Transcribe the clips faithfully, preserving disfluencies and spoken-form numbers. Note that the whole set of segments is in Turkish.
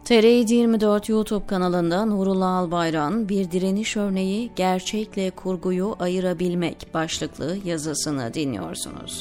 T R yirmi dört YouTube kanalında Nurullah Albayrak'ın "Bir direniş örneği, gerçekle kurguyu ayırabilmek" başlıklı yazısını dinliyorsunuz.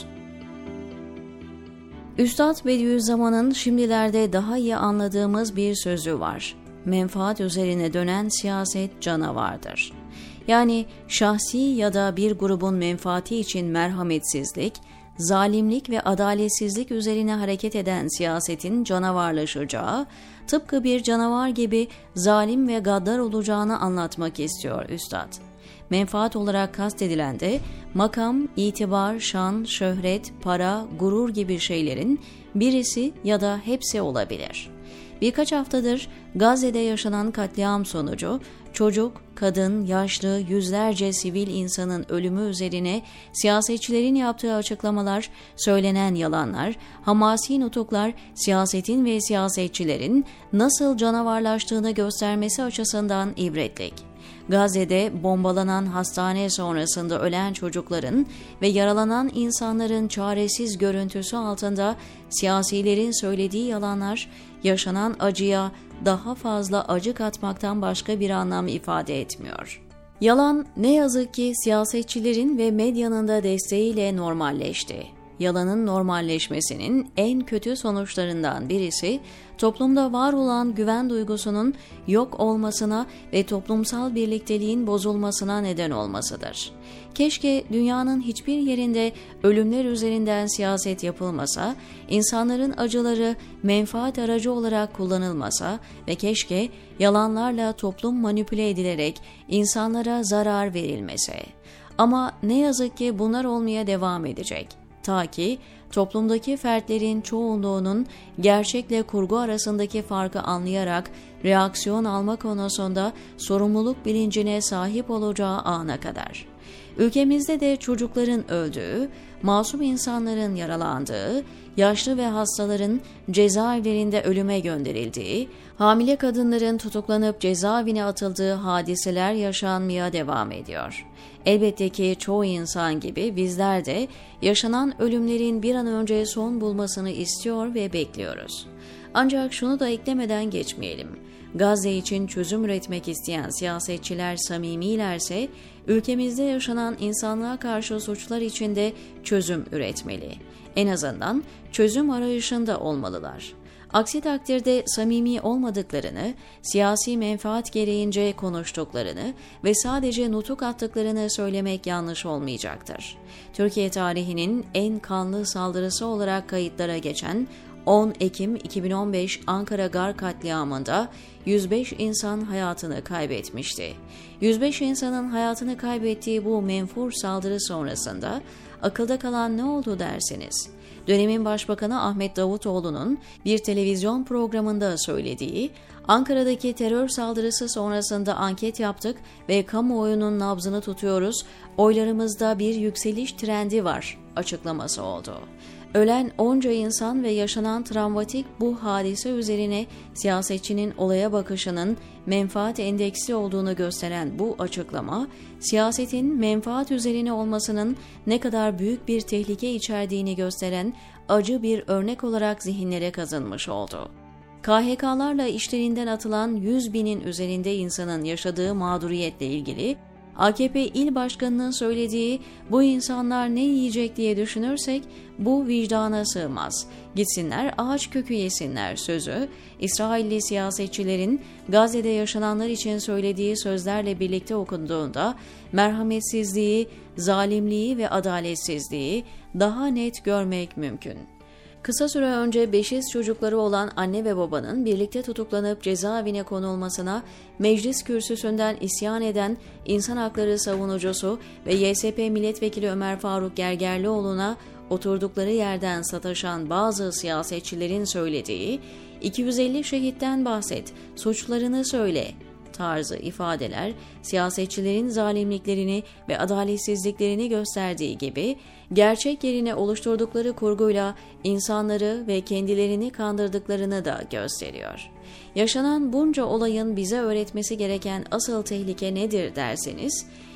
Üstad Bediüzzaman'ın şimdilerde daha iyi anladığımız bir sözü var. Menfaat üzerine dönen siyaset canavardır. Yani şahsi ya da bir grubun menfaati için merhametsizlik, zalimlik ve adaletsizlik üzerine hareket eden siyasetin canavarlaşacağı, tıpkı bir canavar gibi zalim ve gaddar olacağını anlatmak istiyor Üstad. Menfaat olarak kastedilen de makam, itibar, şan, şöhret, para, gurur gibi şeylerin birisi ya da hepsi olabilir. Birkaç haftadır Gazze'de yaşanan katliam sonucu çocuk, kadın, yaşlı, yüzlerce sivil insanın ölümü üzerine siyasetçilerin yaptığı açıklamalar, söylenen yalanlar, hamasi nutuklar siyasetin ve siyasetçilerin nasıl canavarlaştığını göstermesi açısından ibretlik. Gazze'de bombalanan hastane sonrasında ölen çocukların ve yaralanan insanların çaresiz görüntüsü altında siyasilerin söylediği yalanlar, yaşanan acıya daha fazla acı katmaktan başka bir anlam ifade etmiyor. Yalan ne yazık ki siyasetçilerin ve medyanın da desteğiyle normalleşti. Yalanın normalleşmesinin en kötü sonuçlarından birisi, toplumda var olan güven duygusunun yok olmasına ve toplumsal birlikteliğin bozulmasına neden olmasıdır. Keşke dünyanın hiçbir yerinde ölümler üzerinden siyaset yapılmasa, insanların acıları menfaat aracı olarak kullanılmasa ve keşke yalanlarla toplum manipüle edilerek insanlara zarar verilmese. Ama ne yazık ki bunlar olmaya devam edecek. Ta ki toplumdaki fertlerin çoğunluğunun gerçekle kurgu arasındaki farkı anlayarak reaksiyon alma konusunda sorumluluk bilincine sahip olacağı ana kadar. Ülkemizde de çocukların öldüğü, masum insanların yaralandığı, yaşlı ve hastaların cezaevlerinde ölüme gönderildiği, hamile kadınların tutuklanıp cezaevine atıldığı hadiseler yaşanmaya devam ediyor. Elbette ki çoğu insan gibi bizler de yaşanan ölümlerin bir an önce son bulmasını istiyor ve bekliyoruz. Ancak şunu da eklemeden geçmeyelim. Gazze için çözüm üretmek isteyen siyasetçiler samimilerse, ülkemizde yaşanan insanlığa karşı suçlar için de çözüm üretmeli. En azından çözüm arayışında olmalılar. Aksi takdirde samimi olmadıklarını, siyasi menfaat gereğince konuştuklarını ve sadece nutuk attıklarını söylemek yanlış olmayacaktır. Türkiye tarihinin en kanlı saldırısı olarak kayıtlara geçen on Ekim iki bin on beş Ankara Gar katliamında yüz beş insan hayatını kaybetmişti. yüz beş insanın hayatını kaybettiği bu menfur saldırı sonrasında akılda kalan ne oldu dersiniz? Dönemin Başbakanı Ahmet Davutoğlu'nun bir televizyon programında söylediği, Ankara'daki terör saldırısı sonrasında anket yaptık ve kamuoyunun nabzını tutuyoruz, oylarımızda bir yükseliş trendi var açıklaması oldu. Ölen onca insan ve yaşanan travmatik bu hadise üzerine siyasetçinin olaya bakışının menfaat endeksli olduğunu gösteren bu açıklama, siyasetin menfaat üzerine olmasının ne kadar büyük bir tehlike içerdiğini gösteren acı bir örnek olarak zihinlere kazınmış oldu. K H K'larla işlerinden atılan yüz binin üzerinde insanın yaşadığı mağduriyetle ilgili A K P İl Başkanı'nın söylediği "bu insanlar ne yiyecek" diye düşünürsek bu vicdana sığmaz. Gitsinler ağaç kökü yesinler sözü, İsrailli siyasetçilerin Gazze'de yaşananlar için söylediği sözlerle birlikte okunduğunda merhametsizliği, zalimliği ve adaletsizliği daha net görmek mümkün. Kısa süre önce beşiz çocukları olan anne ve babanın birlikte tutuklanıp cezaevine konulmasına meclis kürsüsünden isyan eden insan hakları savunucusu ve Y S P Milletvekili Ömer Faruk Gergerlioğlu'na oturdukları yerden sataşan bazı siyasetçilerin söylediği "iki yüz elli şehitten bahset, suçlarını söyle" tarzı ifadeler, siyasetçilerin zalimliklerini ve adaletsizliklerini gösterdiği gibi, gerçek yerine oluşturdukları kurguyla insanları ve kendilerini kandırdıklarını da gösteriyor. Yaşanan bunca olayın bize öğretmesi gereken asıl tehlike nedir derseniz,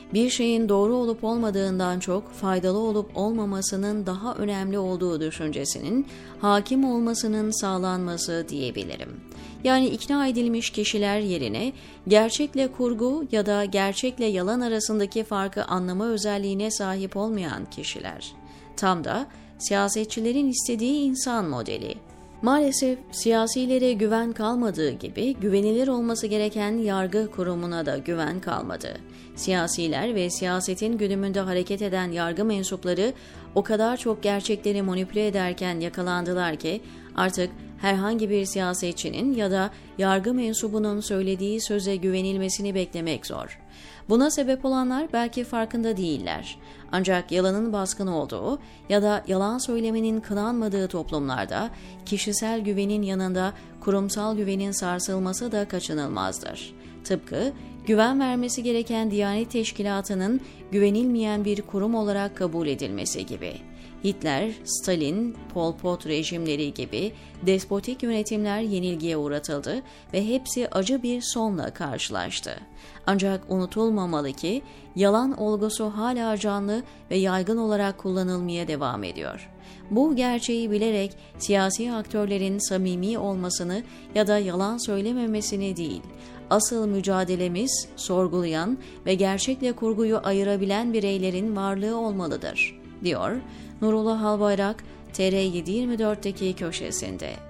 bir şeyin doğru olup olmadığından çok faydalı olup olmamasının daha önemli olduğu düşüncesinin hakim olmasının sağlanması diyebilirim. Yani ikna edilmiş kişiler yerine gerçekle kurgu ya da gerçekle yalan arasındaki farkı anlama özelliğine sahip olmayan kişiler. Tam da siyasetçilerin istediği insan modeli. Maalesef siyasilere güven kalmadığı gibi güvenilir olması gereken yargı kurumuna da güven kalmadı. Siyasiler ve siyasetin güdümünde hareket eden yargı mensupları o kadar çok gerçekleri manipüle ederken yakalandılar ki artık herhangi bir siyasetçinin ya da yargı mensubunun söylediği söze güvenilmesini beklemek zor. Buna sebep olanlar belki farkında değiller. Ancak yalanın baskın olduğu ya da yalan söylemenin kınanmadığı toplumlarda kişisel güvenin yanında kurumsal güvenin sarsılması da kaçınılmazdır. Tıpkı güven vermesi gereken Diyanet Teşkilatı'nın güvenilmeyen bir kurum olarak kabul edilmesi gibi. Hitler, Stalin, Pol Pot rejimleri gibi despotik yönetimler yenilgiye uğratıldı ve hepsi acı bir sonla karşılaştı. Ancak unutulmamalı ki yalan olgusu hala canlı ve yaygın olarak kullanılmaya devam ediyor. Bu gerçeği bilerek siyasi aktörlerin samimi olmasını ya da yalan söylememesini değil, asıl mücadelemiz sorgulayan ve gerçekle kurguyu ayırabilen bireylerin varlığı olmalıdır, diyor Nurullah Albayrak T R yedi yirmi dört'teki köşesinde.